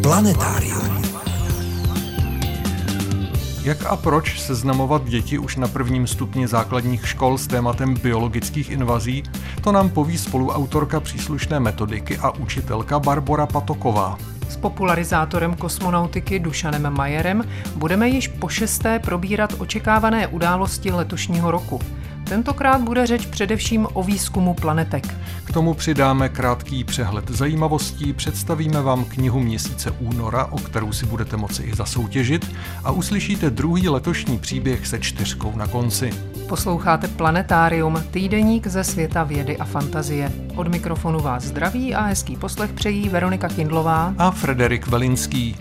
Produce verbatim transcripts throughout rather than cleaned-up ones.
Planetárium. Jak a proč seznamovat děti už na prvním stupni základních škol s tématem biologických invazí, to nám poví spoluautorka příslušné metodiky a učitelka Barbora Patoková. S popularizátorem kosmonautiky Dušanem Majerem budeme již po šesté probírat očekávané události letošního roku. Tentokrát bude řeč především o výzkumu planetek. K tomu přidáme krátký přehled zajímavostí, představíme vám knihu měsíce února, o kterou si budete moci i zasoutěžit, a uslyšíte druhý letošní příběh se čtyřkou na konci. Posloucháte Planetárium, týdeník ze světa vědy a fantazie. Od mikrofonu vás zdraví a hezký poslech přejí Veronika Kindlová a Frederik Velinský.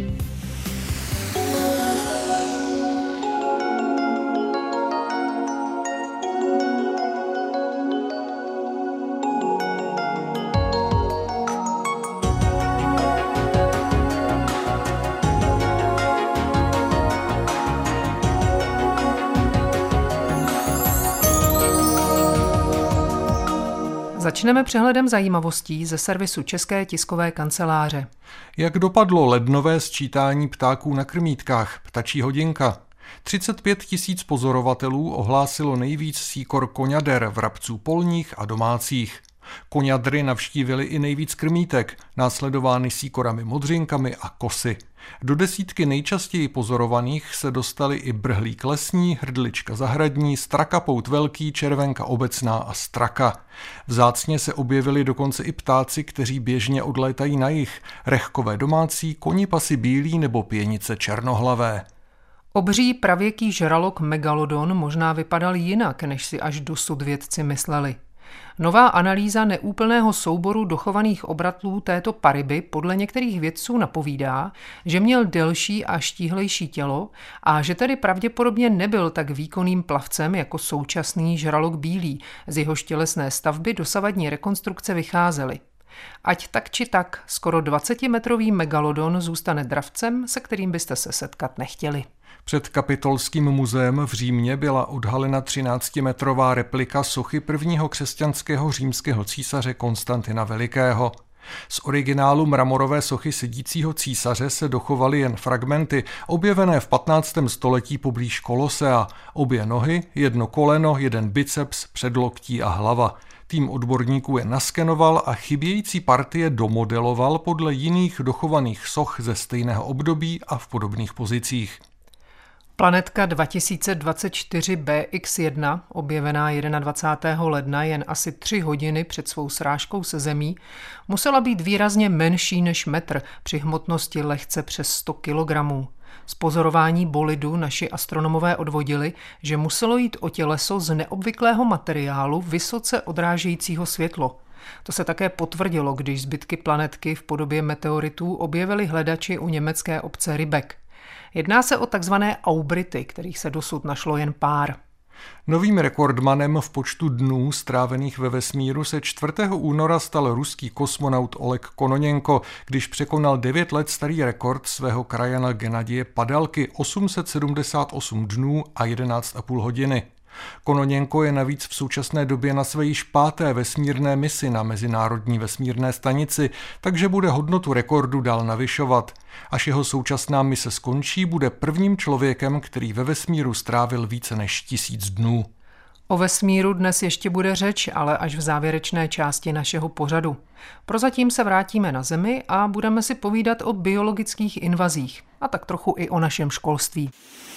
Začneme přehledem zajímavostí ze servisu České tiskové kanceláře. Jak dopadlo lednové sčítání ptáků na krmítkách, ptačí hodinka? třicet pět tisíc pozorovatelů ohlásilo nejvíc síkor koňader, vrabců polních a domácích. Koňadry navštívili i nejvíc krmítek, následovány síkorami modřinkami a kosy. Do desítky nejčastěji pozorovaných se dostali i brhlík lesní, hrdlička zahradní, strakapout velký, červenka obecná a straka. Vzácně se objevili dokonce i ptáci, kteří běžně odlétají na jih, rechkové domácí, konipasy bílí nebo pěnice černohlavé. Obří pravěký žralok megalodon možná vypadal jinak, než si až dosud vědci mysleli. Nová analýza neúplného souboru dochovaných obratlů této paryby podle některých vědců napovídá, že měl delší a štíhlejší tělo a že tedy pravděpodobně nebyl tak výkonným plavcem jako současný žralok bílý, z jehož tělesné stavby dosavadní rekonstrukce vycházely. Ať tak či tak, skoro dvacetimetrový megalodon zůstane dravcem, se kterým byste se setkat nechtěli. Před Kapitolským muzeem v Římě byla odhalena třináctimetrová replika sochy prvního křesťanského římského císaře Konstantina Velikého. Z originálu mramorové sochy sedícího císaře se dochovaly jen fragmenty, objevené v patnáctém století poblíž Kolosea, obě nohy, jedno koleno, jeden biceps, předloktí a hlava. Tým odborníků je naskenoval a chybějící partie domodeloval podle jiných dochovaných soch ze stejného období a v podobných pozicích. Planetka dva tisíce dvacet čtyři B X jedna, objevená dvacátého prvního ledna jen asi tři hodiny před svou srážkou se Zemí, musela být výrazně menší než metr při hmotnosti lehce přes sto kilogramů. Z pozorování bolidu naši astronomové odvodili, že muselo jít o těleso z neobvyklého materiálu vysoce odrážejícího světlo. To se také potvrdilo, když zbytky planetky v podobě meteoritů objevili hledači u německé obce Rybek. Jedná se o takzvané aubrity, kterých se dosud našlo jen pár. Novým rekordmanem v počtu dnů strávených ve vesmíru se čtvrtého února stal ruský kosmonaut Oleg Kononěnko, když překonal devět let starý rekord svého krajana Gennadije Padalky osm set sedmdesát osm dnů a jedenáct a půl hodiny. Kononěnko je navíc v současné době na své již páté vesmírné misi na Mezinárodní vesmírné stanici, takže bude hodnotu rekordu dál navyšovat. Až jeho současná mise skončí, bude prvním člověkem, který ve vesmíru strávil více než tisíc dnů. O vesmíru dnes ještě bude řeč, ale až v závěrečné části našeho pořadu. Prozatím se vrátíme na Zemi a budeme si povídat o biologických invazích a tak trochu i o našem školství.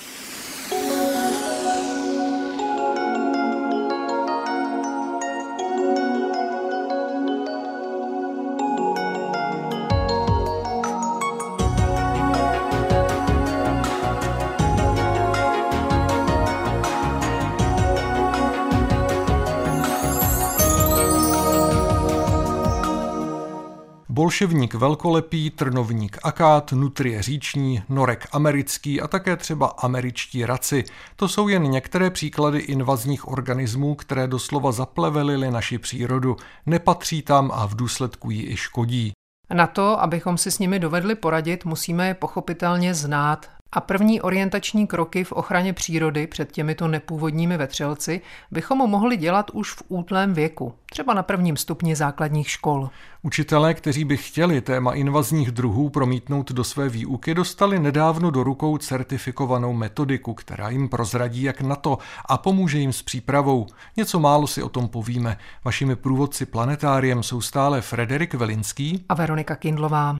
Bolševník velkolepý, trnovník akát, nutrie říční, norek americký a také třeba američtí raci. To jsou jen některé příklady invazních organismů, které doslova zaplevelily naši přírodu. Nepatří tam a v důsledku jí i škodí. Na to, abychom si s nimi dovedli poradit, musíme je pochopitelně znát. A první orientační kroky v ochraně přírody před těmito nepůvodními vetřelci bychom mohli dělat už v útlém věku, třeba na prvním stupni základních škol. Učitelé, kteří by chtěli téma invazních druhů promítnout do své výuky, dostali nedávno do rukou certifikovanou metodiku, která jim prozradí, jak na to, a pomůže jim s přípravou. Něco málo si o tom povíme. Vašimi průvodci planetáriem jsou stále Frederik Velinský a Veronika Kindlová.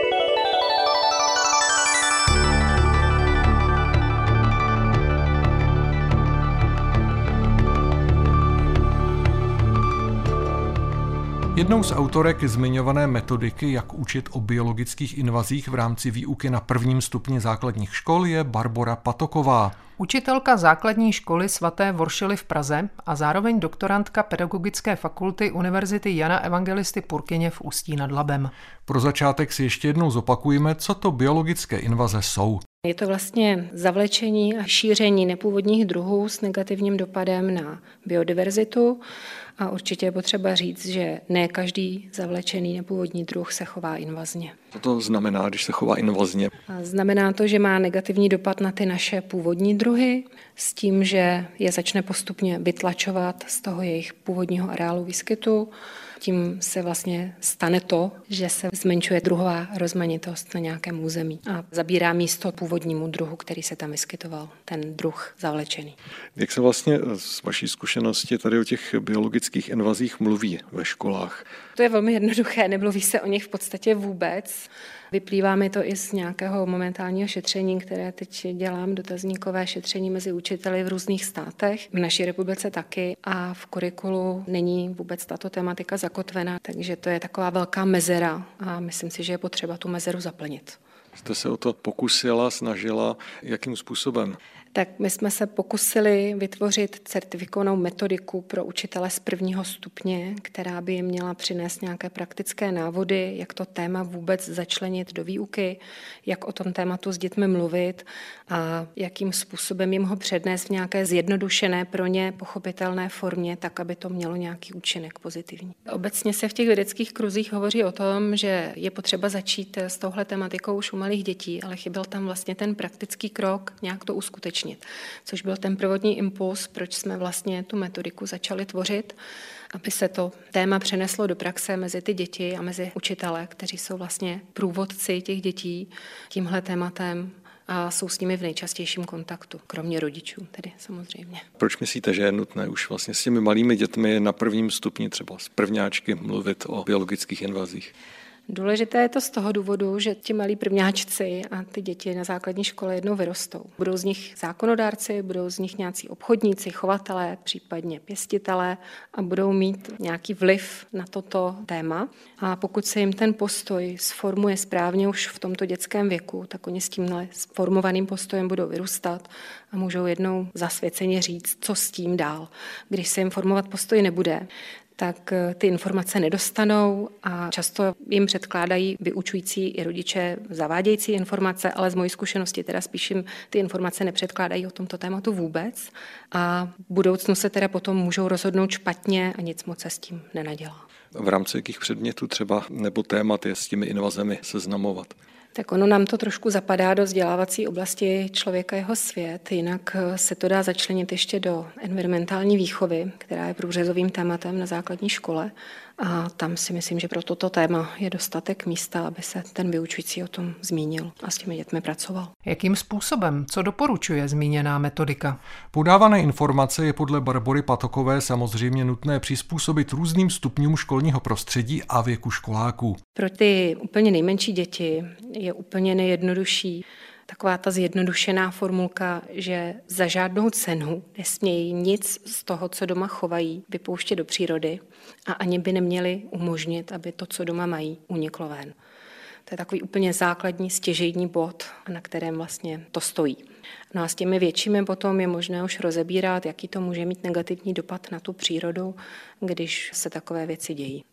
Jednou z autorek zmiňované metodiky, jak učit o biologických invazích v rámci výuky na prvním stupni základních škol, je Barbora Patoková. Učitelka základní školy svaté Voršily v Praze a zároveň doktorantka Pedagogické fakulty Univerzity Jana Evangelisty Purkyně v Ústí nad Labem. Pro začátek si ještě jednou zopakujeme, co to biologické invaze jsou. Je to vlastně zavlečení a šíření nepůvodních druhů s negativním dopadem na biodiverzitu a určitě je potřeba říct, že ne každý zavlečený nepůvodní druh se chová invazně. Co to znamená, když se chová invazně? Znamená to, že má negativní dopad na ty naše původní druhy s tím, že je začne postupně vytlačovat z toho jejich původního areálu výskytu. Tím se vlastně stane to, že se zmenšuje druhová rozmanitost na nějakém území a zabírá místo původnímu druhu, který se tam vyskytoval, ten druh zavlečený. Jak se vlastně z vaší zkušenosti tady o těch biologických invazích mluví ve školách? To je velmi jednoduché, nemluví se o nich v podstatě vůbec. Vyplývá mi to i z nějakého momentálního šetření, které teď dělám, dotazníkové šetření mezi učiteli v různých státech, v naší republice taky a v kurikulu není vůbec tato tematika zakotvena, takže to je taková velká mezera a myslím si, že je potřeba tu mezeru zaplnit. Jste se o to pokusila, snažila, jakým způsobem? Tak my jsme se pokusili vytvořit certifikovanou metodiku pro učitele z prvního stupně, která by jim měla přinést nějaké praktické návody, jak to téma vůbec začlenit do výuky, jak o tom tématu s dětmi mluvit a jakým způsobem jim ho přednést v nějaké zjednodušené pro ně pochopitelné formě, tak, aby to mělo nějaký účinek pozitivní. Obecně se v těch vědeckých kruzích hovoří o tom, že je potřeba začít s touhle tematikou už u malých dětí, ale chyběl tam vlastně ten praktický krok, nějak to uskutečnit. Což byl ten prvotní impuls, proč jsme vlastně tu metodiku začali tvořit, aby se to téma přeneslo do praxe mezi ty děti a mezi učitele, kteří jsou vlastně průvodci těch dětí tímhle tématem a jsou s nimi v nejčastějším kontaktu, kromě rodičů tedy samozřejmě. Proč myslíte, že je nutné už vlastně s těmi malými dětmi na prvním stupni, třeba s prvňáčky, mluvit o biologických invazích? Důležité je to z toho důvodu, že ti malí prvňáčci a ty děti na základní škole jednou vyrostou. Budou z nich zákonodárci, budou z nich nějací obchodníci, chovatelé, případně pěstitelé a budou mít nějaký vliv na toto téma. A pokud se jim ten postoj sformuje správně už v tomto dětském věku, tak oni s tímhle sformovaným postojem budou vyrůstat a můžou jednou zasvěceně říct, co s tím dál. Když se jim formovat postoj nebude, tak ty informace nedostanou a často jim předkládají vyučující i rodiče zavádějící informace, ale z mojí zkušenosti teda spíš jim ty informace nepředkládají o tomto tématu vůbec a v budoucnu se teda potom můžou rozhodnout špatně a nic moc se s tím nenadělá. V rámci jakých předmětů třeba nebo témat je s těmi invazemi seznamovat? Tak ono nám to trošku zapadá do vzdělávací oblasti Člověka jeho svět, jinak se to dá začlenit ještě do environmentální výchovy, která je průřezovým tématem na základní škole. A tam si myslím, že pro toto téma je dostatek místa, aby se ten vyučující o tom zmínil a s těmi dětmi pracoval. Jakým způsobem? Co doporučuje zmíněná metodika? Podávané informace je podle Barbory Patokové samozřejmě nutné přizpůsobit různým stupňům školního prostředí a věku školáků. Pro ty úplně nejmenší děti je úplně nejjednodušší taková ta zjednodušená formulka, že za žádnou cenu nesmějí nic z toho, co doma chovají, vypouštět do přírody a ani by neměli umožnit, aby to, co doma mají, uniklo ven. To je takový úplně základní stěžejní bod, na kterém vlastně to stojí. No a s těmi většími potom je možné už rozebírat, jaký to může mít negativní dopad na tu přírodu, když se takové věci dějí.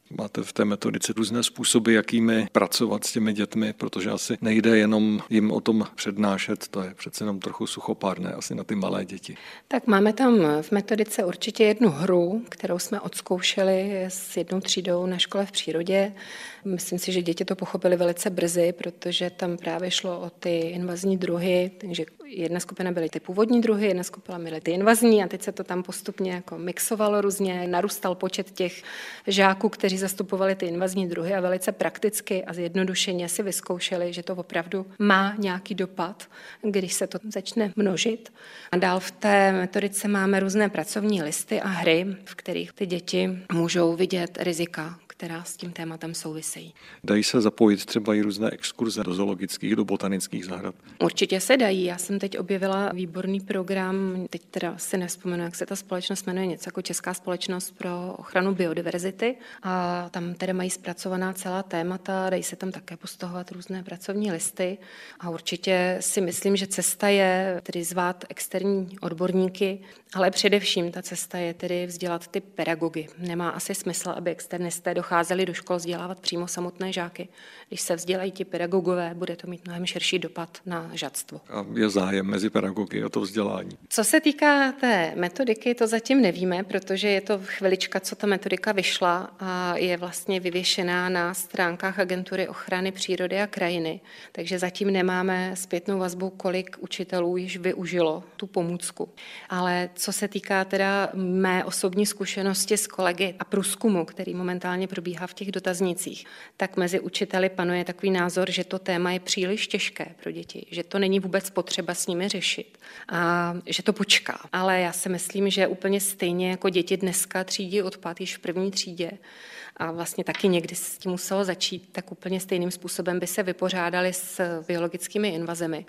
Máte v té metodice různé způsoby, jakými pracovat s těmi dětmi, protože asi nejde jenom jim o tom přednášet, to je přece jenom trochu suchopárné asi na ty malé děti. Tak máme tam v metodice určitě jednu hru, kterou jsme odzkoušeli s jednou třídou na škole v přírodě. Myslím si, že děti to pochopili velice brzy, protože tam právě šlo o ty invazní druhy, takže jedna skupina byly ty původní druhy, jedna skupina byly ty invazní a teď se to tam postupně jako mixovalo různě, narůstal počet těch žáků, kteří zastupovali ty invazní druhy a velice prakticky a zjednodušeně si vyzkoušeli, že to opravdu má nějaký dopad, když se to začne množit. A dál v té metodice máme různé pracovní listy a hry, v kterých ty děti můžou vidět rizika, která s tím tématem souvisejí. Dají se zapojit třeba i různé exkurze do zoologických, do botanických zahrad? Určitě se dají. Já jsem teď objevila výborný program, teď teda si nevzpomenu, jak se ta společnost jmenuje, něco jako Česká společnost pro ochranu biodiverzity a tam tedy mají zpracovaná celá témata, dají se tam také postahovat různé pracovní listy a určitě si myslím, že cesta je tedy zvát externí odborníky, ale především ta cesta je tedy vzdělat ty pedagogy. Nemá asi smysl, aby externisté docházeli do škol vzdělávat přímo samotné žáky. Když se vzdělají ti pedagogové, bude to mít mnohem širší dopad na žadstvo. A je zájem mezi pedagogy o to vzdělání? Co se týká té metodiky, to zatím nevíme, protože je to chvilička, co ta metodika vyšla a je vlastně vyvěšená na stránkách Agentury ochrany přírody a krajiny. Takže zatím nemáme zpětnou vazbu, kolik učitelů již využilo tu pomůcku. Ale co se týká teda mé osobní zkušenosti s kolegy a průzkumu, který momentálně probíhá v těch dotaznících, tak mezi učiteli panuje takový názor, že to téma je příliš těžké pro děti, že to není vůbec potřeba s nimi řešit a že to počká. Ale já si myslím, že úplně stejně jako děti dneska třídí odpad již v první třídě a vlastně taky někdy s tím muselo začít, tak úplně stejným způsobem by se vypořádali s biologickými invazemi.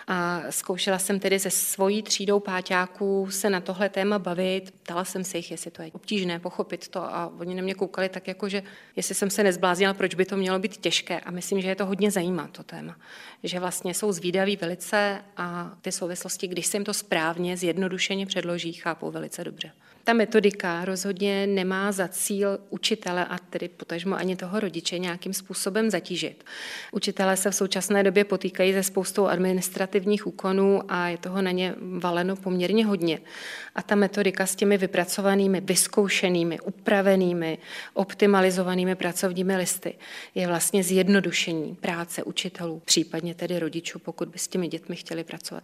A zkoušela jsem tedy se svojí třídou páťáků se na tohle téma bavit. Ptala jsem se jich, jestli to je obtížné pochopit to a oni na mě koukali tak jako, že jestli jsem se nezbláznila, proč by to mělo být těžké. A myslím, že je to hodně zajímá to téma. Že vlastně jsou zvídaví velice a ty souvislosti, když se jim to správně, zjednodušeně předloží, chápou velice dobře. Ta metodika rozhodně nemá za cíl učitele a tedy potažmo ani toho rodiče nějakým způsobem zatížit. Učitelé se v současné době potýkají se spoustou administrativních úkonů a je toho na ně valeno poměrně hodně. A ta metodika s těmi vypracovanými, vyzkoušenými, upravenými, optimalizovanými pracovními listy je vlastně zjednodušení práce učitelů, případně tedy rodičů, pokud by s těmi dětmi chtěli pracovat.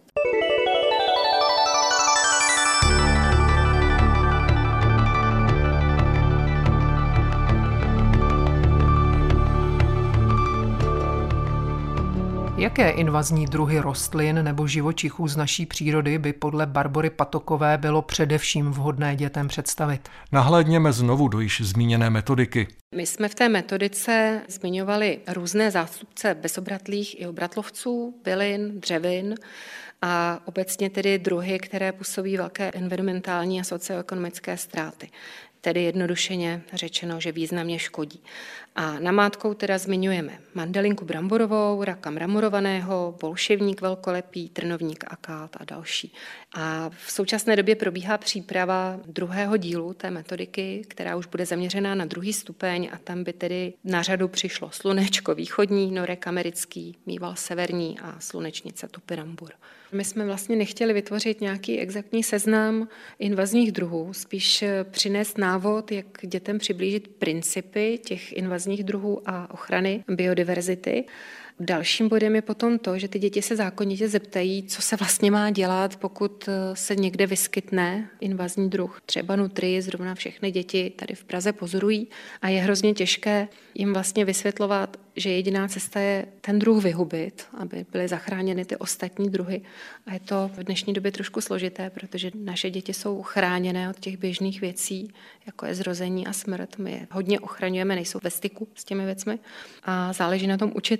Jaké invazní druhy rostlin nebo živočichů z naší přírody by podle Barbory Patokové bylo především vhodné dětem představit? Nahlédněme znovu do již zmíněné metodiky. My jsme v té metodice zmiňovali různé zástupce bezobratlých i obratlovců, bylin, dřevin a obecně tedy druhy, které působí velké environmentální a socioekonomické ztráty. Tedy jednodušeně řečeno, že významně škodí. A namátkou teda zmiňujeme mandelinku bramborovou, raka mramorovaného, bolševník velkolepý, trnovník akát a další. A v současné době probíhá příprava druhého dílu té metodiky, která už bude zaměřená na druhý stupeň a tam by tedy na řadu přišlo slunečko východní, norek americký, mýval severní a slunečnice topinambur. My jsme vlastně nechtěli vytvořit nějaký exaktní seznam invazních druhů, spíš přinést návod, jak dětem přiblížit principy těch invazních druhů a ochrany biodiverzity. Dalším bodem je potom to, že ty děti se zákonitě zeptají, co se vlastně má dělat, pokud se někde vyskytne invazní druh. Třeba nutrii zrovna všechny děti tady v Praze pozorují a je hrozně těžké jim vlastně vysvětlovat, že jediná cesta je ten druh vyhubit, aby byly zachráněny ty ostatní druhy. A je to v dnešní době trošku složité, protože naše děti jsou chráněné od těch běžných věcí, jako je zrození a smrt. My je hodně ochraňujeme, nejsou ve styku s těmi věcmi. A záleží na tom učiteli,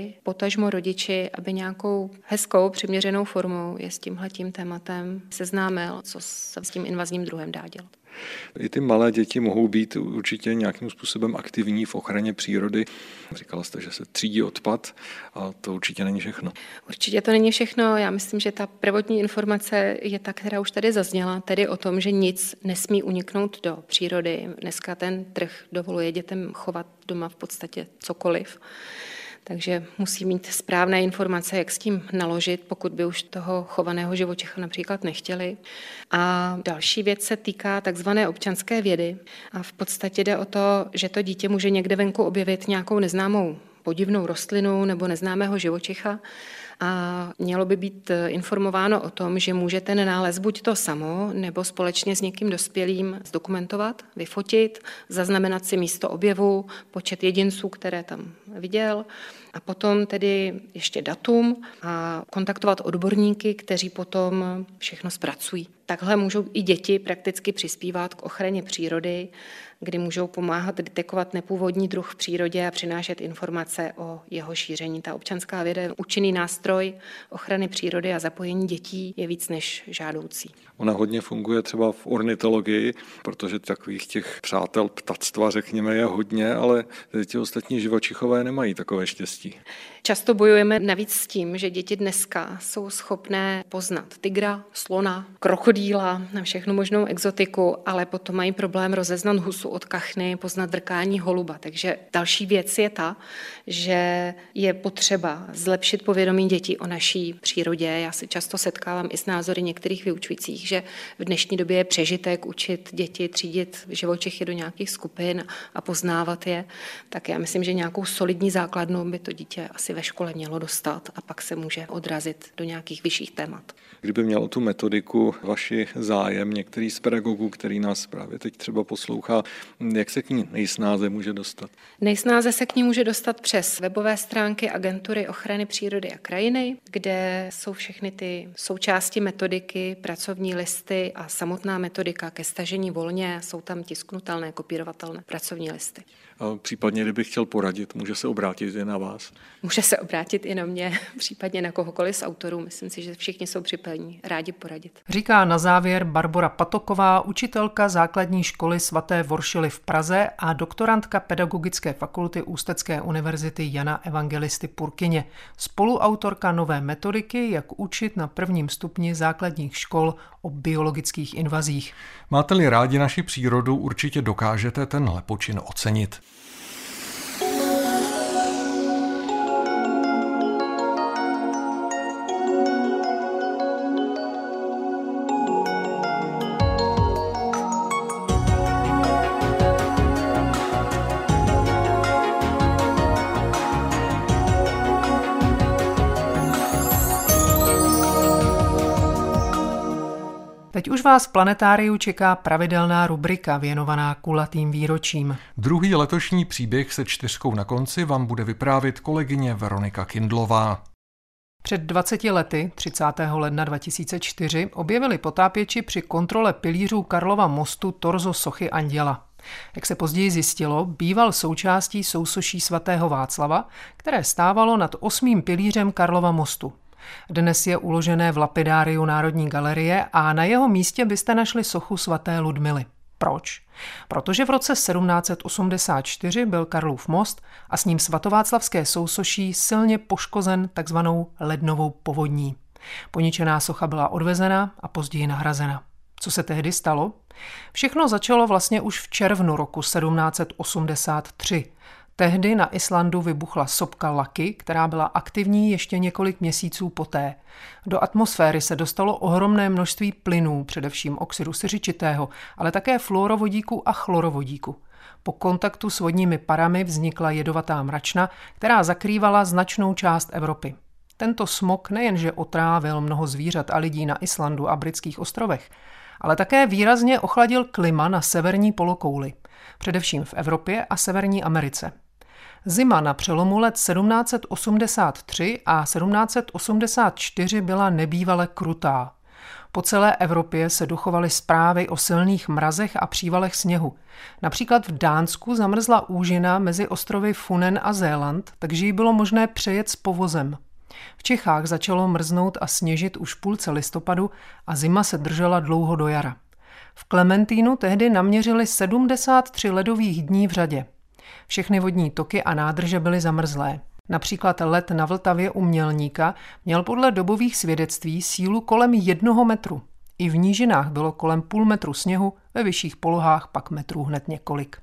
vy, potažmo rodiči, aby nějakou hezkou, přiměřenou formou je s tímhletím tématem seznámil, co se s tím invazním druhem dá dělat. I ty malé děti mohou být určitě nějakým způsobem aktivní v ochraně přírody. Říkala jste, že se třídí odpad a to určitě není všechno. Určitě to není všechno. Já myslím, že ta prvotní informace je ta, která už tady zazněla, tedy o tom, že nic nesmí uniknout do přírody. Dneska ten trh dovoluje dětem chovat doma v podstatě cokoliv. Takže musí mít správné informace, jak s tím naložit, pokud by už toho chovaného živočicha například nechtěli. A další věc se týká takzvané občanské vědy. A v podstatě jde o to, že to dítě může někde venku objevit nějakou neznámou podivnou rostlinu nebo neznámého živočicha a mělo by být informováno o tom, že může ten nález buď to samo, nebo společně s někým dospělým zdokumentovat, vyfotit, zaznamenat si místo objevu, počet jedinců, které tam viděl a potom tedy ještě datum a kontaktovat odborníky, kteří potom všechno zpracují. Takhle můžou i děti prakticky přispívat k ochraně přírody, kdy můžou pomáhat detekovat nepůvodní druh v přírodě a přinášet informace o jeho šíření. Ta občanská věda je účinný nástroj ochrany přírody a zapojení dětí je víc než žádoucí. Ona hodně funguje třeba v ornitologii, protože takových těch přátel ptactva, řekněme, je hodně, ale ti ostatní živočichové nemají takové štěstí. Často bojujeme navíc s tím, že děti dneska jsou schopné poznat tygra, slona, krokodýla, na všechnu možnou exotiku, ale potom mají problém rozeznat husu od kachny, poznat vrkání holuba. Takže další věc je ta, že je potřeba zlepšit povědomí dětí o naší přírodě. Já se často setkávám i s názory některých vyučujících, že v dnešní době je přežitek učit děti třídit živočichy do nějakých skupin a poznávat je. Tak já myslím, že nějakou solidní základnu by to dítě asi ve škole mělo dostat a pak se může odrazit do nějakých vyšších témat. Kdyby měl o tu metodiku vaši zájem, některý z pedagogů, který nás právě teď třeba poslouchá, jak se k ní nejsnáze může dostat? Nejsnáze se k ní může dostat přes webové stránky Agentury ochrany přírody a krajiny, kde jsou všechny ty součásti metodiky, pracovní listy a samotná metodika ke stažení volně. Jsou tam tisknutelné, kopírovatelné pracovní listy. A případně, kdybych chtěl poradit, může se obrátit i na vás? Může se obrátit i na mě, případně na kohokoliv z autorů. Myslím si, že všichni jsou připraveni rádi poradit. Říká na závěr Barbora Patoková, učitelka základní školy svaté Voršily v Praze a doktorantka Pedagogické fakulty Ústecké univerzity Jana Evangelisty Purkyně, spoluautorka nové metodiky, jak učit na prvním stupni základních škol o biologických invazích. Máte-li rádi naši přírodu, určitě dokážete tenhle počin ocenit. Teď už vás v Planetáriu čeká pravidelná rubrika věnovaná kulatým výročím. Druhý letošní příběh se čtyřkou na konci vám bude vyprávět kolegyně Veronika Kindlová. Před dvaceti lety, třicátého ledna dva tisíce čtyři, objevili potápěči při kontrole pilířů Karlova mostu torzo sochy Anděla. Jak se později zjistilo, býval součástí sousoší svatého Václava, které stávalo nad osmým pilířem Karlova mostu. Dnes je uložené v lapidáriu Národní galerie a na jeho místě byste našli sochu svaté Ludmily. Proč? Protože v roce sedmnáct set osmdesát čtyři byl Karlův most a s ním svatováclavské sousoší silně poškozen takzvanou lednovou povodní. Poničená socha byla odvezena a později nahrazena. Co se tehdy stalo? Všechno začalo vlastně už v červnu roku sedmnáct set osmdesát tři. Tehdy na Islandu vybuchla sopka Laki, která byla aktivní ještě několik měsíců poté. Do atmosféry se dostalo ohromné množství plynů, především oxidu siřičitého, ale také fluorovodíku a chlorovodíku. Po kontaktu s vodními parami vznikla jedovatá mračna, která zakrývala značnou část Evropy. Tento smog nejenže otrávil mnoho zvířat a lidí na Islandu a britských ostrovech, ale také výrazně ochladil klima na severní polokouli, především v Evropě a Severní Americe. Zima na přelomu let sedmnáct set osmdesát tři a sedmnáct set osmdesát čtyři byla nebývale krutá. Po celé Evropě se dochovaly zprávy o silných mrazech a přívalech sněhu. Například v Dánsku zamrzla úžina mezi ostrovy Funen a Zéland, takže ji bylo možné přejet s povozem. V Čechách začalo mrznout a sněžit už v půlce listopadu a zima se držela dlouho do jara. V Klementínu tehdy naměřili sedmdesát tři ledových dní v řadě. Všechny vodní toky a nádrže byly zamrzlé. Například led na Vltavě u Mělníka měl podle dobových svědectví sílu kolem jednoho metru. I v nížinách bylo kolem půl metru sněhu, ve vyšších polohách pak metrů hned několik.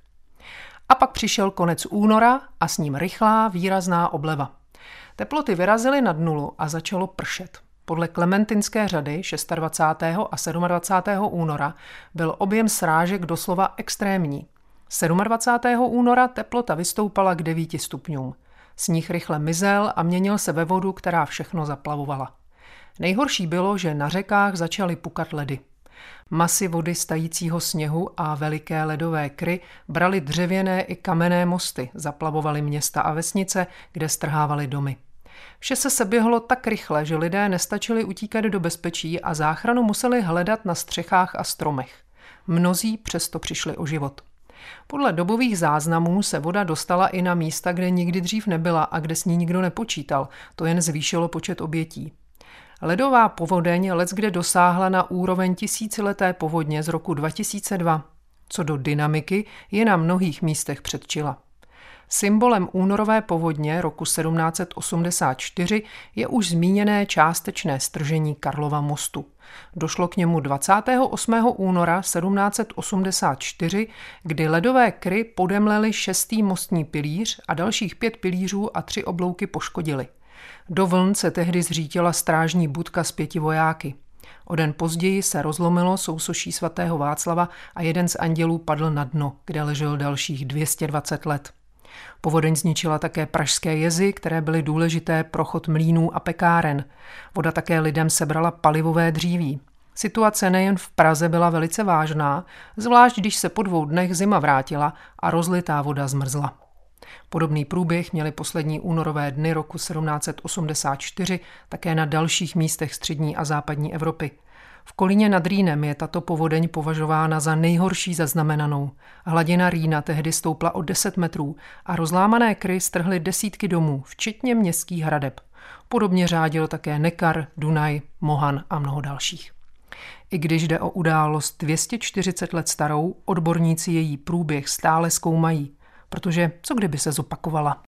A pak přišel konec února a s ním rychlá, výrazná obleva. Teploty vyrazily nad nulu a začalo pršet. Podle klementinské řady dvacátého šestého a dvacátého sedmého února byl objem srážek doslova extrémní. dvacátého sedmého února teplota vystoupala k devíti stupňům. Sníh rychle mizel a měnil se ve vodu, která všechno zaplavovala. Nejhorší bylo, že na řekách začaly pukat ledy. Masy vody z tajícího sněhu a veliké ledové kry braly dřevěné i kamenné mosty, zaplavovaly města a vesnice, kde strhávaly domy. Vše se seběhlo tak rychle, že lidé nestačili utíkat do bezpečí a záchranu museli hledat na střechách a stromech. Mnozí přesto přišli o život. Podle dobových záznamů se voda dostala i na místa, kde nikdy dřív nebyla a kde s ní nikdo nepočítal, to jen zvýšilo počet obětí. Ledová povodeň leckde dosáhla na úroveň tisícileté povodně z roku dva tisíce dva. Co do dynamiky je na mnohých místech předčila. Symbolem únorové povodně roku sedmnáct set osmdesát čtyři je už zmíněné částečné stržení Karlova mostu. Došlo k němu dvacátého osmého února sedmnáct set osmdesát čtyři, kdy ledové kry podemlely šestý mostní pilíř a dalších pět pilířů a tři oblouky poškodily. Do vln se tehdy zřítila strážní budka s pěti vojáky. O den později se rozlomilo sousoší svatého Václava a jeden z andělů padl na dno, kde ležel dalších dvě stě dvacet let. Povodeň zničila také pražské jezy, které byly důležité pro chod mlýnů a pekáren. Voda také lidem sebrala palivové dříví. Situace nejen v Praze byla velice vážná, zvlášť když se po dvou dnech zima vrátila a rozlitá voda zmrzla. Podobný průběh měly poslední únorové dny roku sedmnáct set osmdesát čtyři také na dalších místech střední a západní Evropy. V Kolíně nad Rýnem je tato povodeň považována za nejhorší zaznamenanou. Hladina Rýna tehdy stoupla o deset metrů a rozlámané kry strhly desítky domů, včetně městských hradeb. Podobně řádil také Nekar, Dunaj, Mohan a mnoho dalších. I když jde o událost dvě stě čtyřicet let starou, odborníci její průběh stále zkoumají, protože co kdyby se zopakovala?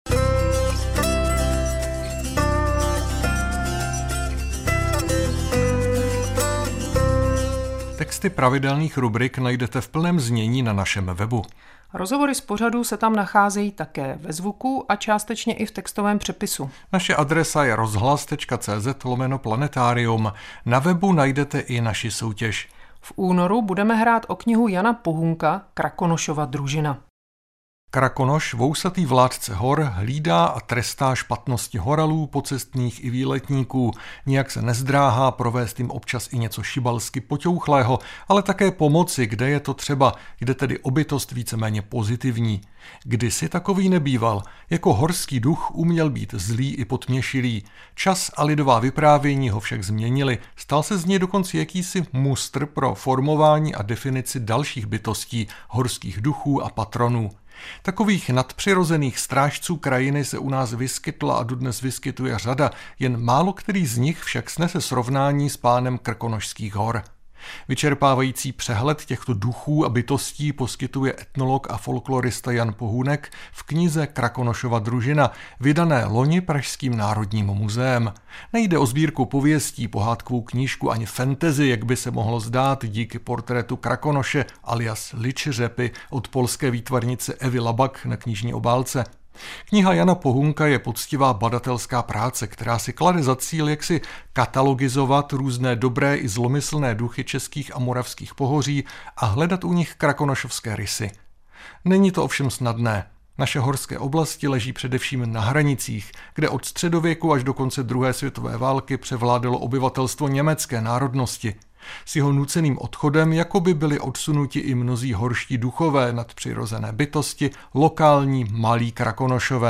Texty pravidelných rubrik najdete v plném znění na našem webu. Rozhovory z pořadu se tam nacházejí také ve zvuku a částečně i v textovém přepisu. Naše adresa je rozhlas tečka cé zet lomeno planetarium. Na webu najdete i naši soutěž. V únoru budeme hrát o knihu Jana Pohunka Krakonošova družina. Krakonoš, vousatý vládce hor, hlídá a trestá špatnosti horalů, pocestných i výletníků. Nijak se nezdráhá provést jim občas i něco šibalsky poťouchlého, ale také pomoci, kde je to třeba, jde tedy o bytost víceméně pozitivní. Kdysi takový nebýval, jako horský duch uměl být zlý i potměšilý. Čas a lidová vyprávění ho však změnili, stal se z něj dokonce jakýsi mustr pro formování a definici dalších bytostí, horských duchů a patronů. Takových nadpřirozených strážců krajiny se u nás vyskytla a dodnes vyskytuje řada, jen málo který z nich však snese srovnání s pánem Krkonošských hor. Vyčerpávající přehled těchto duchů a bytostí poskytuje etnolog a folklorista Jan Pohunek v knize Krakonošova družina, vydané loni Pražským národním muzeem. Nejde o sbírku pověstí, pohádkovou knížku ani fantasy, jak by se mohlo zdát díky portrétu Krakonoše alias Ličřepy od polské výtvarnice Evy Labak na knižní obálce. Kniha Jana Pohunka je poctivá badatelská práce, která si klade za cíl, jak si katalogizovat různé dobré i zlomyslné duchy českých a moravských pohoří a hledat u nich krakonošovské rysy. Není to ovšem snadné. Naše horské oblasti leží především na hranicích, kde od středověku až do konce druhé světové války převládalo obyvatelstvo německé národnosti. S jeho nuceným odchodem jakoby byli odsunuti i mnozí horští duchové nadpřirozené bytosti, lokální malí Krakonošové.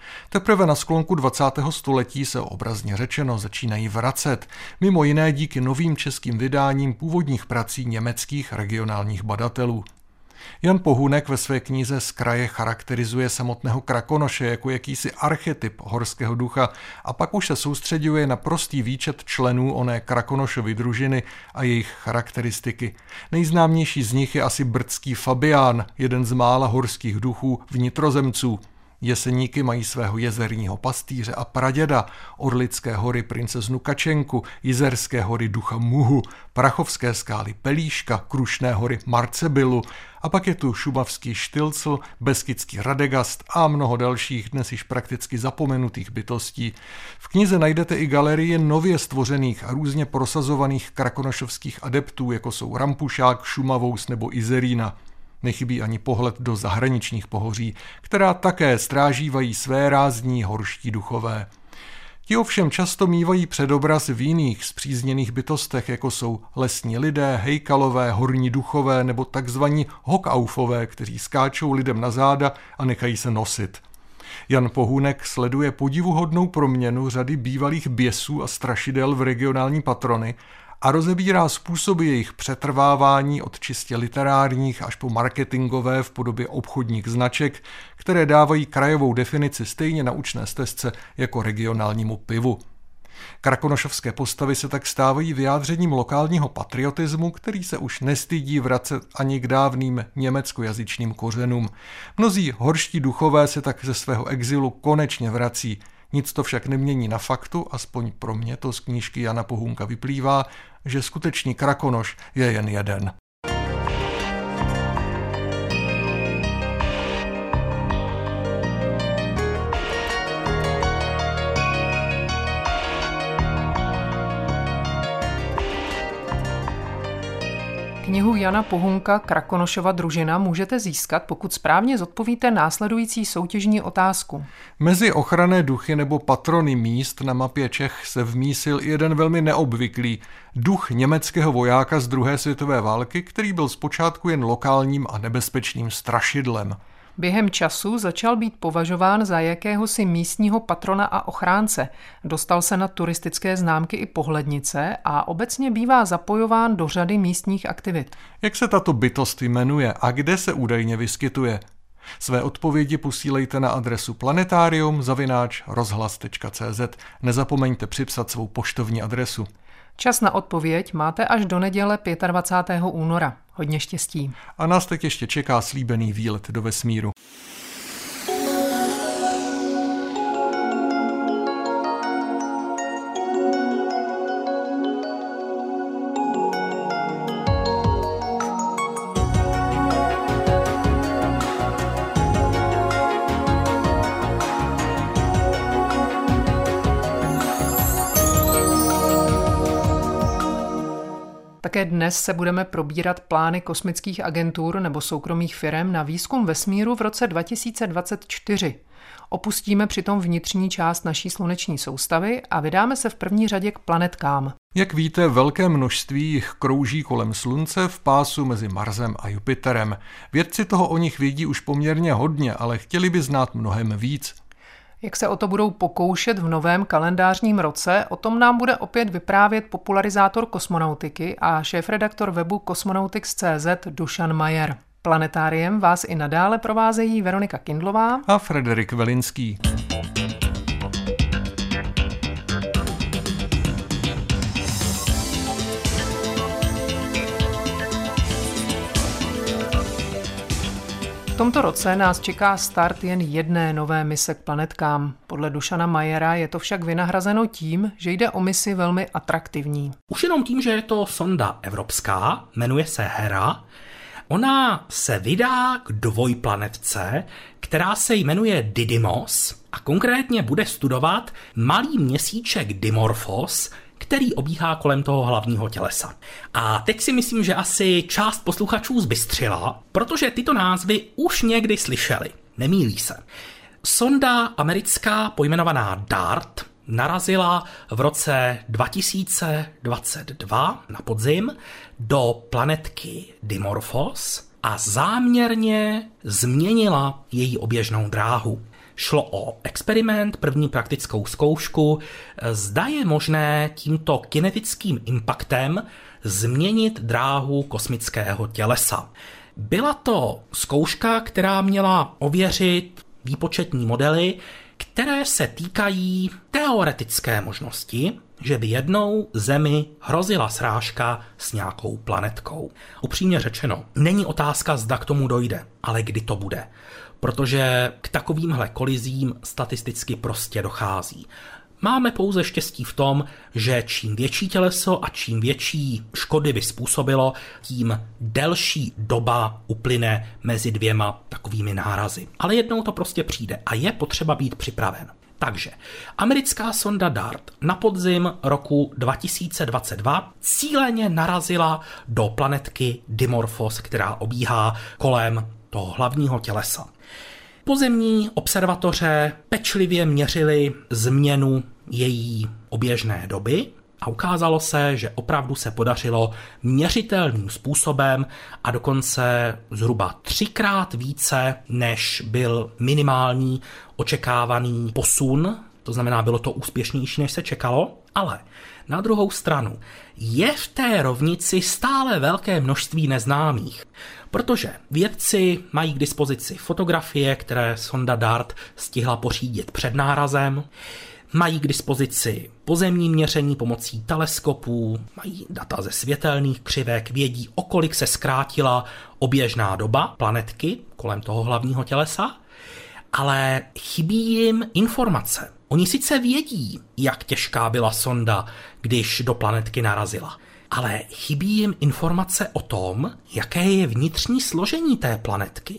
Teprve na sklonku dvacátého století se obrazně řečeno začínají vracet, mimo jiné díky novým českým vydáním původních prací německých regionálních badatelů. Jan Pohunek ve své knize Z kraje charakterizuje samotného Krakonoše jako jakýsi archetyp horského ducha a pak už se soustředuje na prostý výčet členů oné Krakonošovy družiny a jejich charakteristiky. Nejznámější z nich je asi brdský Fabián, jeden z mála horských duchů vnitrozemců. Jeseníky mají svého jezerního pastýře a praděda, Orlické hory princeznu Kačenku, Jizerské hory ducha Muhu, Prachovské skály Pelíška, Krušné hory Marcebilu a pak je tu šumavský Štylcl, Beskydský Radegast a mnoho dalších dnes již prakticky zapomenutých bytostí. V knize najdete i galerii nově stvořených a různě prosazovaných krakonošovských adeptů, jako jsou Rampušák, Šumavous nebo Izerína. Nechybí ani pohled do zahraničních pohoří, která také strážívají své rázní horští duchové. Ti ovšem často mívají předobraz v jiných spřízněných bytostech, jako jsou lesní lidé, hejkalové, horní duchové nebo takzvaní hokaufové, kteří skáčou lidem na záda a nechají se nosit. Jan Pohunek sleduje podivuhodnou proměnu řady bývalých běsů a strašidel v regionální patrony a rozebírá způsoby jejich přetrvávání od čistě literárních až po marketingové v podobě obchodních značek, které dávají krajovou definici stejně na učné stezce jako regionálnímu pivu. Krakonošovské postavy se tak stávají vyjádřením lokálního patriotismu, který se už nestydí vracet ani k dávným německojazyčným kořenům. Mnozí horští duchové se tak ze svého exilu konečně vrací. Nic to však nemění na faktu, aspoň pro mě to z knížky Jana Pohunka vyplývá, že skutečný Krakonoš je jen jeden. Knihu Jana Pohunka Krakonošova družina můžete získat, pokud správně zodpovíte následující soutěžní otázku. Mezi ochranné duchy nebo patrony míst na mapě Čech se vmísil jeden velmi neobvyklý duch německého vojáka z druhé světové války, který byl zpočátku jen lokálním a nebezpečným strašidlem. Během času začal být považován za jakéhosi místního patrona a ochránce. Dostal se na turistické známky i pohlednice a obecně bývá zapojován do řady místních aktivit. Jak se tato bytost jmenuje a kde se údajně vyskytuje? Své odpovědi posílejte na adresu planetarium zavináč rozhlas tečka cé zet. Nezapomeňte připsat svou poštovní adresu. Čas na odpověď máte až do neděle dvacátého pátého února. Hodně štěstí. A nás teď ještě čeká slíbený výlet do vesmíru. Také dnes se budeme probírat plány kosmických agentur nebo soukromých firem na výzkum vesmíru v roce dva tisíce dvacet čtyři. Opustíme přitom vnitřní část naší sluneční soustavy a vydáme se v první řadě k planetkám. Jak víte, velké množství jich krouží kolem Slunce v pásu mezi Marsem a Jupiterem. Vědci toho o nich vědí už poměrně hodně, ale chtěli by znát mnohem víc. Jak se o to budou pokoušet v novém kalendářním roce, o tom nám bude opět vyprávět popularizátor kosmonautiky a šéfredaktor webu Cosmonautics tečka cé zet Dušan Majer. Planetáriem vás i nadále provázejí Veronika Kindlová a Frederik Velinský. V tomto roce nás čeká start jen jedné nové mise k planetkám. Podle Dušana Majera je to však vynahrazeno tím, že jde o misi velmi atraktivní. Už jenom tím, že je to sonda evropská, jmenuje se Hera. Ona se vydá k dvojplanetce, která se jmenuje Didymos a konkrétně bude studovat malý měsíček Dimorphos, který obíhá kolem toho hlavního tělesa. A teď si myslím, že asi část posluchačů zbystřila, protože tyto názvy už někdy slyšeli. Nemýlí se. Sonda americká pojmenovaná DART narazila v roce dva tisíce dvacet dva na podzim do planetky Dimorphos a záměrně změnila její oběžnou dráhu. Šlo o experiment, první praktickou zkoušku, zda je možné tímto kinetickým impaktem změnit dráhu kosmického tělesa. Byla to zkouška, která měla ověřit výpočetní modely, které se týkají teoretické možnosti, že by jednou Zemi hrozila srážka s nějakou planetkou. Upřímně řečeno, není otázka, zda k tomu dojde, ale kdy to bude. Protože k takovýmhle kolizím statisticky prostě dochází. Máme pouze štěstí v tom, že čím větší těleso a čím větší škody by způsobilo, tím delší doba uplyne mezi dvěma takovými nárazy. Ale jednou to prostě přijde a je potřeba být připraven. Takže americká sonda DART na podzim roku dva tisíce dvacet dva cíleně narazila do planetky Dimorphos, která obíhá kolem toho hlavního tělesa. Pozemní observatoře pečlivě měřily změnu její oběžné doby a ukázalo se, že opravdu se podařilo měřitelným způsobem a dokonce zhruba třikrát více, než byl minimální očekávaný posun, to znamená, bylo to úspěšnější, než se čekalo, ale na druhou stranu je v té rovnici stále velké množství neznámých, protože vědci mají k dispozici fotografie, které sonda DART stihla pořídit před nárazem, mají k dispozici pozemní měření pomocí teleskopů, mají data ze světelných křivek, vědí, o kolik se zkrátila oběžná doba planetky kolem toho hlavního tělesa, ale chybí jim informace. Oni sice vědí, jak těžká byla sonda, když do planetky narazila, ale chybí jim informace o tom, jaké je vnitřní složení té planetky.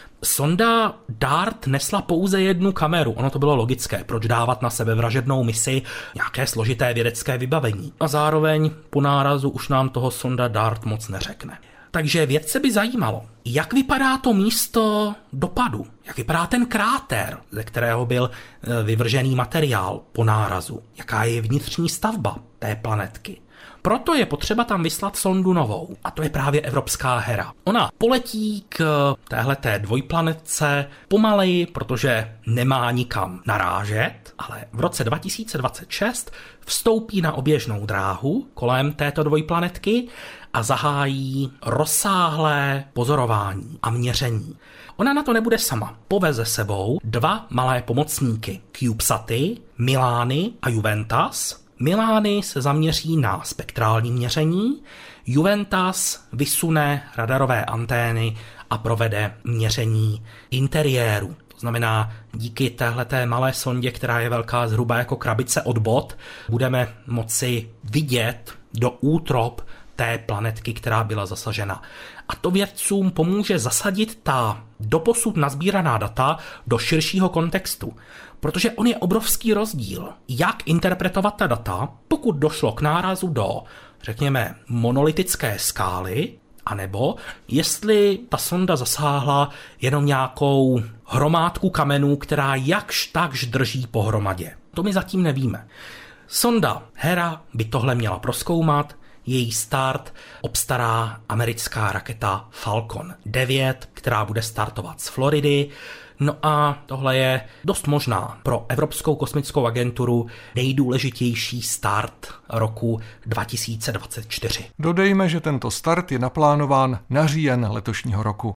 Sonda DART nesla pouze jednu kameru, ono to bylo logické, proč dávat na sebevražednou misi nějaké složité vědecké vybavení. A zároveň po nárazu už nám toho sonda DART moc neřekne. Takže vědce by zajímalo, jak vypadá to místo dopadu, jak vypadá ten kráter, ze kterého byl vyvržený materiál po nárazu, jaká je vnitřní stavba té planetky. Proto je potřeba tam vyslat sondu novou, a to je právě Evropská Hera. Ona poletí k téhleté dvojplanetce pomaleji, protože nemá nikam narážet, ale v roce dva tisíce dvacet šest vstoupí na oběžnou dráhu kolem této dvojplanetky a zahájí rozsáhlé pozorování a měření. Ona na to nebude sama. Poveze sebou dva malé pomocníky, CubeSaty, Milany a Juventas. Milany se zaměří na spektrální měření, Juventas vysune radarové antény a provede měření interiéru. To znamená, díky téhleté malé sondě, která je velká zhruba jako krabice od bot, budeme moci vidět do útrop té planetky, která byla zasažena. A to vědcům pomůže zasadit ta doposud nazbíraná data do širšího kontextu. Protože on je obrovský rozdíl, jak interpretovat ta data, pokud došlo k nárazu do, řekněme, monolitické skály, anebo jestli ta sonda zasáhla jenom nějakou hromádku kamenů, která jakž takž drží pohromadě. To my zatím nevíme. Sonda Hera by tohle měla prozkoumat, její start obstará americká raketa Falcon devět, která bude startovat z Floridy. No a tohle je dost možná pro Evropskou kosmickou agenturu nejdůležitější start roku dva tisíce dvacet čtyři. Dodejme, že tento start je naplánován na říjen letošního roku.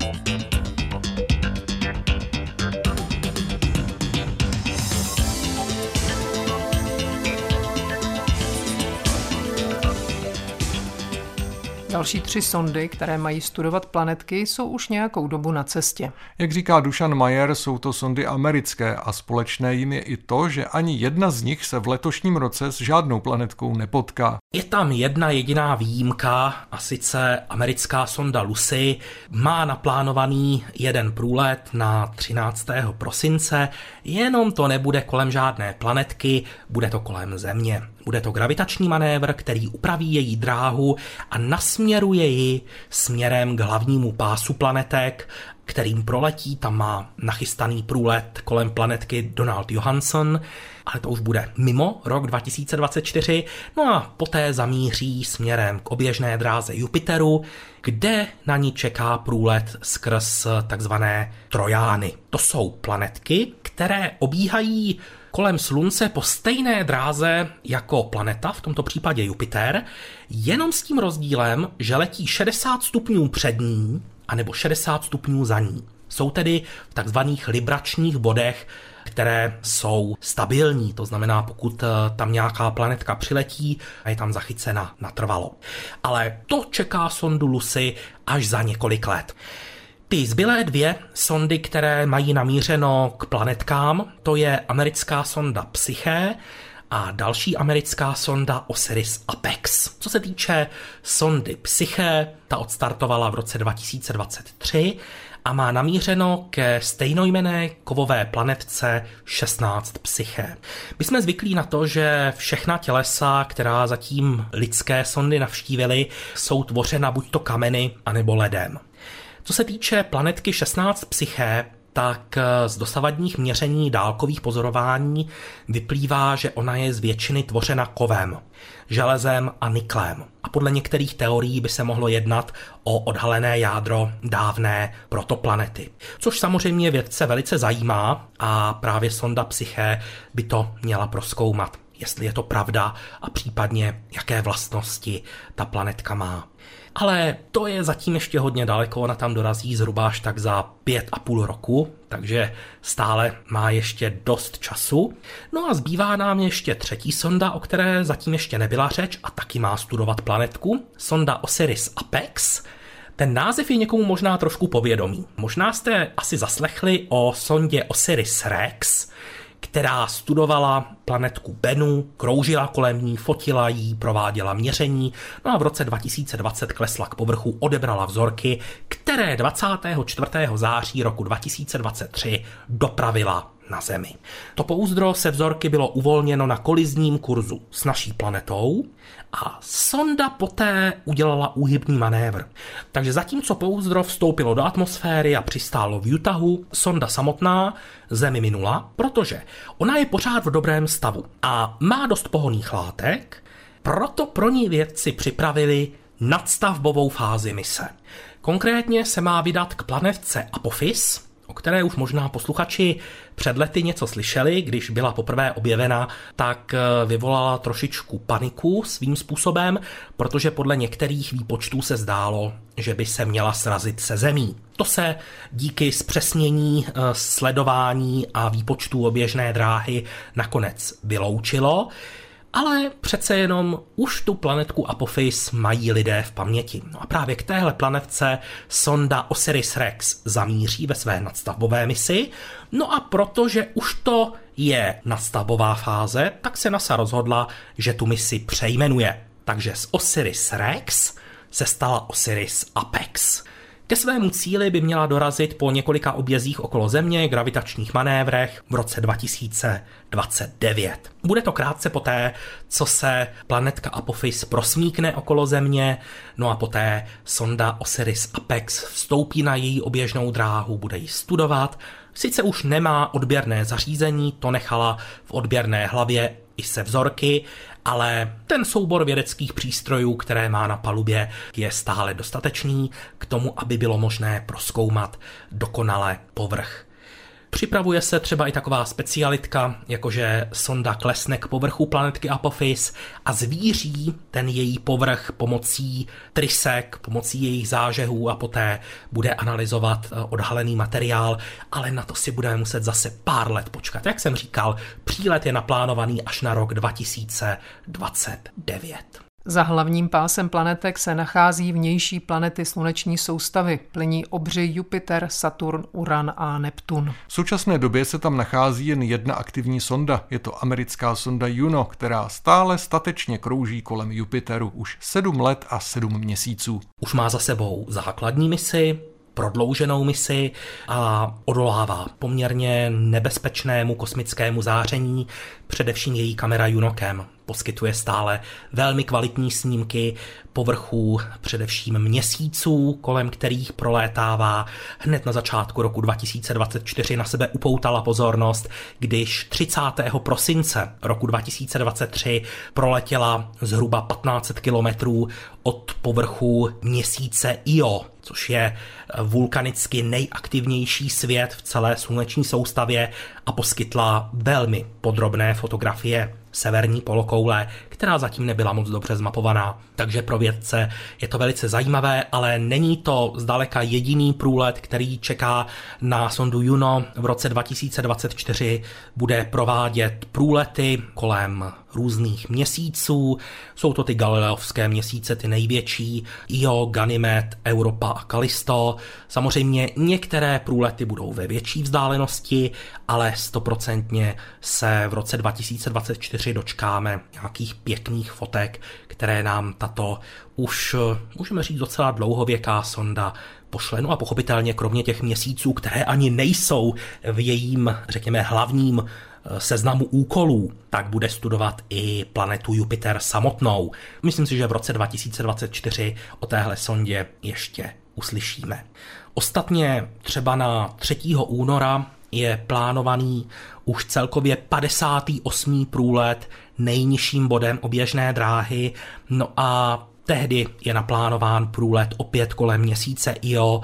Další tři sondy, které mají studovat planetky, jsou už nějakou dobu na cestě. Jak říká Dušan Majer, jsou to sondy americké a společné jim je i to, že ani jedna z nich se v letošním roce s žádnou planetkou nepotká. Je tam jedna jediná výjimka, a sice americká sonda Lucy má naplánovaný jeden průlet na třináctého prosince, jenom to nebude kolem žádné planetky, bude to kolem Země. Bude to gravitační manévr, který upraví její dráhu a nasměruje nasměruje ji směrem k hlavnímu pásu planetek, kterým proletí. Tam má nachystaný průlet kolem planetky Donald Johansson, ale to už bude mimo rok dva tisíce dvacet čtyři. No a poté zamíří směrem k oběžné dráze Jupiteru, kde na ní čeká průlet skrz takzvané Trojány. To jsou planetky, které obíhají kolem Slunce po stejné dráze jako planeta, v tomto případě Jupiter, jenom s tím rozdílem, že letí šedesát stupňů před ní, anebo šedesát stupňů za ní. Jsou tedy v takzvaných libračních bodech, které jsou stabilní, to znamená, pokud tam nějaká planetka přiletí a je tam zachycena natrvalo. Ale to čeká sondu Lucy až za několik let. Ty zbylé dvě sondy, které mají namířeno k planetkám, to je americká sonda Psyche a další americká sonda Osiris Apex. Co se týče sondy Psyche, ta odstartovala v roce dva tisíce dvacet tři a má namířeno ke stejnojmenné kovové planetce šestnáct Psyche. My jsme zvyklí na to, že všechna tělesa, která zatím lidské sondy navštívily, jsou tvořena buďto kameny anebo ledem. Co se týče planetky šestnáct Psyche, tak z dosavadních měření dálkových pozorování vyplývá, že ona je z většiny tvořena kovem, železem a niklem. A podle některých teorií by se mohlo jednat o odhalené jádro dávné protoplanety. Což samozřejmě vědce velice zajímá a právě sonda Psyche by to měla prozkoumat, jestli je to pravda a případně jaké vlastnosti ta planetka má. Ale to je zatím ještě hodně daleko, ona tam dorazí zhruba až tak za pět a půl roku, takže stále má ještě dost času. No a zbývá nám ještě třetí sonda, o které zatím ještě nebyla řeč a taky má studovat planetku, sonda Osiris Apex. Ten název je někomu možná trošku povědomý. Možná jste asi zaslechli o sondě Osiris Rex, která studovala planetku Bennu, kroužila kolem ní, fotila jí, prováděla měření, no a v roce dva tisíce dvacet klesla k povrchu, odebrala vzorky, které dvacátého čtvrtého září roku dva tisíce dvacet tři dopravila na Zemi. To pouzdro se vzorky bylo uvolněno na kolizním kurzu s naší planetou a sonda poté udělala úhybný manévr. Takže zatímco pouzdro vstoupilo do atmosféry a přistálo v Utahu, sonda samotná Zemi minula, protože ona je pořád v dobrém stavu a má dost pohonných látek, proto pro ní vědci připravili nadstavbovou fázi mise. Konkrétně se má vydat k planetce Apophis, o které už možná posluchači před lety něco slyšeli, když byla poprvé objevena, tak vyvolala trošičku paniku svým způsobem, protože podle některých výpočtů se zdálo, že by se měla srazit se Zemí. To se díky zpřesnění, sledování a výpočtů oběžné dráhy nakonec vyloučilo, ale přece jenom už tu planetku Apophis mají lidé v paměti. No a právě k téhle planetce sonda Osiris Rex zamíří ve své nadstavbové misi. No a protože už to je nadstavbová fáze, tak se NASA rozhodla, že tu misi přejmenuje. Takže z Osiris Rex se stala Osiris Apex. Ke svému cíli by měla dorazit po několika objezích okolo Země, gravitačních manévrech v roce dva tisíce dvacet devět. Bude to krátce poté, co se planetka Apophis prosmíkne okolo Země, no a poté sonda Osiris Apex vstoupí na její oběžnou dráhu, bude ji studovat. Sice už nemá odběrné zařízení, to nechala v odběrné hlavě i se vzorky, ale ten soubor vědeckých přístrojů, které má na palubě, je stále dostatečný k tomu, aby bylo možné prozkoumat dokonale povrch. Připravuje se třeba i taková specialitka, jakože sonda klesne k povrchu planetky Apophis a zvíří ten její povrch pomocí trysek, pomocí jejich zážehů a poté bude analyzovat odhalený materiál, ale na to si budeme muset zase pár let počkat. Jak jsem říkal, přílet je naplánovaný až na rok dva tisíce dvacet devět. Za hlavním pásem planetek se nachází vnější planety sluneční soustavy, plní obři Jupiter, Saturn, Uran a Neptun. V současné době se tam nachází jen jedna aktivní sonda, je to americká sonda Juno, která stále statečně krouží kolem Jupiteru už sedm let a sedm měsíců. Už má za sebou základní misi, prodlouženou misi a odolává poměrně nebezpečnému kosmickému záření, především její kamera Junocam poskytuje stále velmi kvalitní snímky povrchů, především měsíců, kolem kterých prolétává. Hned na začátku roku dva tisíce dvacet čtyři na sebe upoutala pozornost, když třicátého prosince roku dva tisíce dvacet tři proletěla zhruba patnáct set kilometrů od povrchu měsíce Io, což je vulkanicky nejaktivnější svět v celé sluneční soustavě, a poskytla velmi podrobné fotografie severní polokoule, která zatím nebyla moc dobře zmapovaná. Takže pro vědce je to velice zajímavé, ale není to zdaleka jediný průlet, který čeká na sondu Juno. V roce dva tisíce dvacet čtyři bude provádět průlety kolem různých měsíců. Jsou to ty galileovské měsíce, ty největší, Io, Ganymed, Europa a Callisto. Samozřejmě některé průlety budou ve větší vzdálenosti, ale stoprocentně se v roce dva tisíce dvacet čtyři dočkáme nějakých pěkných fotek, které nám tato už, můžeme říct, docela dlouhověká sonda pošle. No a pochopitelně kromě těch měsíců, které ani nejsou v jejím, řekněme, hlavním seznamu úkolů, tak bude studovat i planetu Jupiter samotnou. Myslím si, že v roce dva tisíce dvacet čtyři o téhle sondě ještě uslyšíme. Ostatně třeba na třetího února je plánovaný už celkově padesátý osmý průlet nejnižším bodem oběžné dráhy, no a tehdy je naplánován průlet opět kolem měsíce Io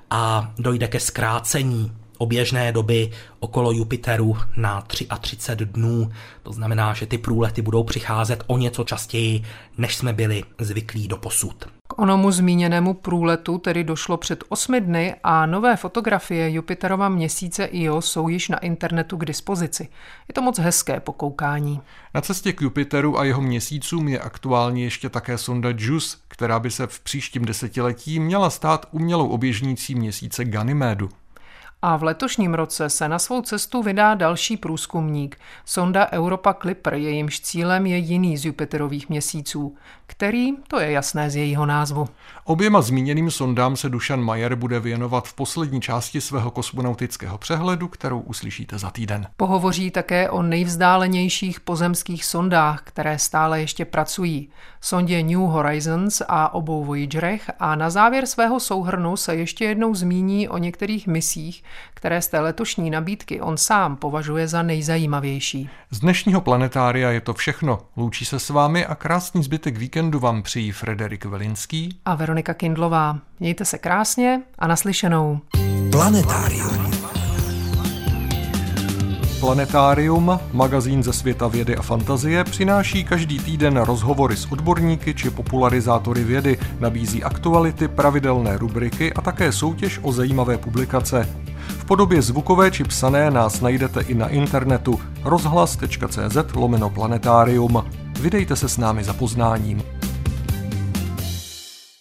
a dojde ke zkrácení oběžné doby okolo Jupiteru na třicet tři dnů. To znamená, že ty průlety budou přicházet o něco častěji, než jsme byli zvyklí doposud. K onomu zmíněnému průletu tedy došlo před osmi dny a nové fotografie Jupiterova měsíce Io jsou již na internetu k dispozici. Je to moc hezké pokoukání. Na cestě k Jupiteru a jeho měsícům je aktuálně ještě také sonda JUICE, která by se v příštím desetiletí měla stát umělou oběžnící měsíce Ganymedu. A v letošním roce se na svou cestu vydá další průzkumník, sonda Europa Clipper, jejímž cílem je jiný z Jupiterových měsíců, který, to je jasné z jejího názvu. Oběma zmíněným sondám se Dušan Majer bude věnovat v poslední části svého kosmonautického přehledu, kterou uslyšíte za týden. Pohovoří také o nejvzdálenějších pozemských sondách, které stále ještě pracují, sondě New Horizons a obou Voyagerech, a na závěr svého souhrnu se ještě jednou zmíní o některých misích, které z té letošní nabídky on sám považuje za nejzajímavější. Z dnešního planetária je to všechno. Loučí se s vámi a krásný zbytek víkendu vám přijí Frederik Velinský a Veronika Kindlová. Mějte se krásně a naslyšenou. Planetárium. Planetárium, magazín ze světa vědy a fantazie, přináší každý týden rozhovory s odborníky či popularizátory vědy, nabízí aktuality, pravidelné rubriky a také soutěž o zajímavé publikace. V podobě zvukové či psané nás najdete i na internetu rozhlas tečka cé zet lomeno planetárium. Vydejte se s námi za poznáním.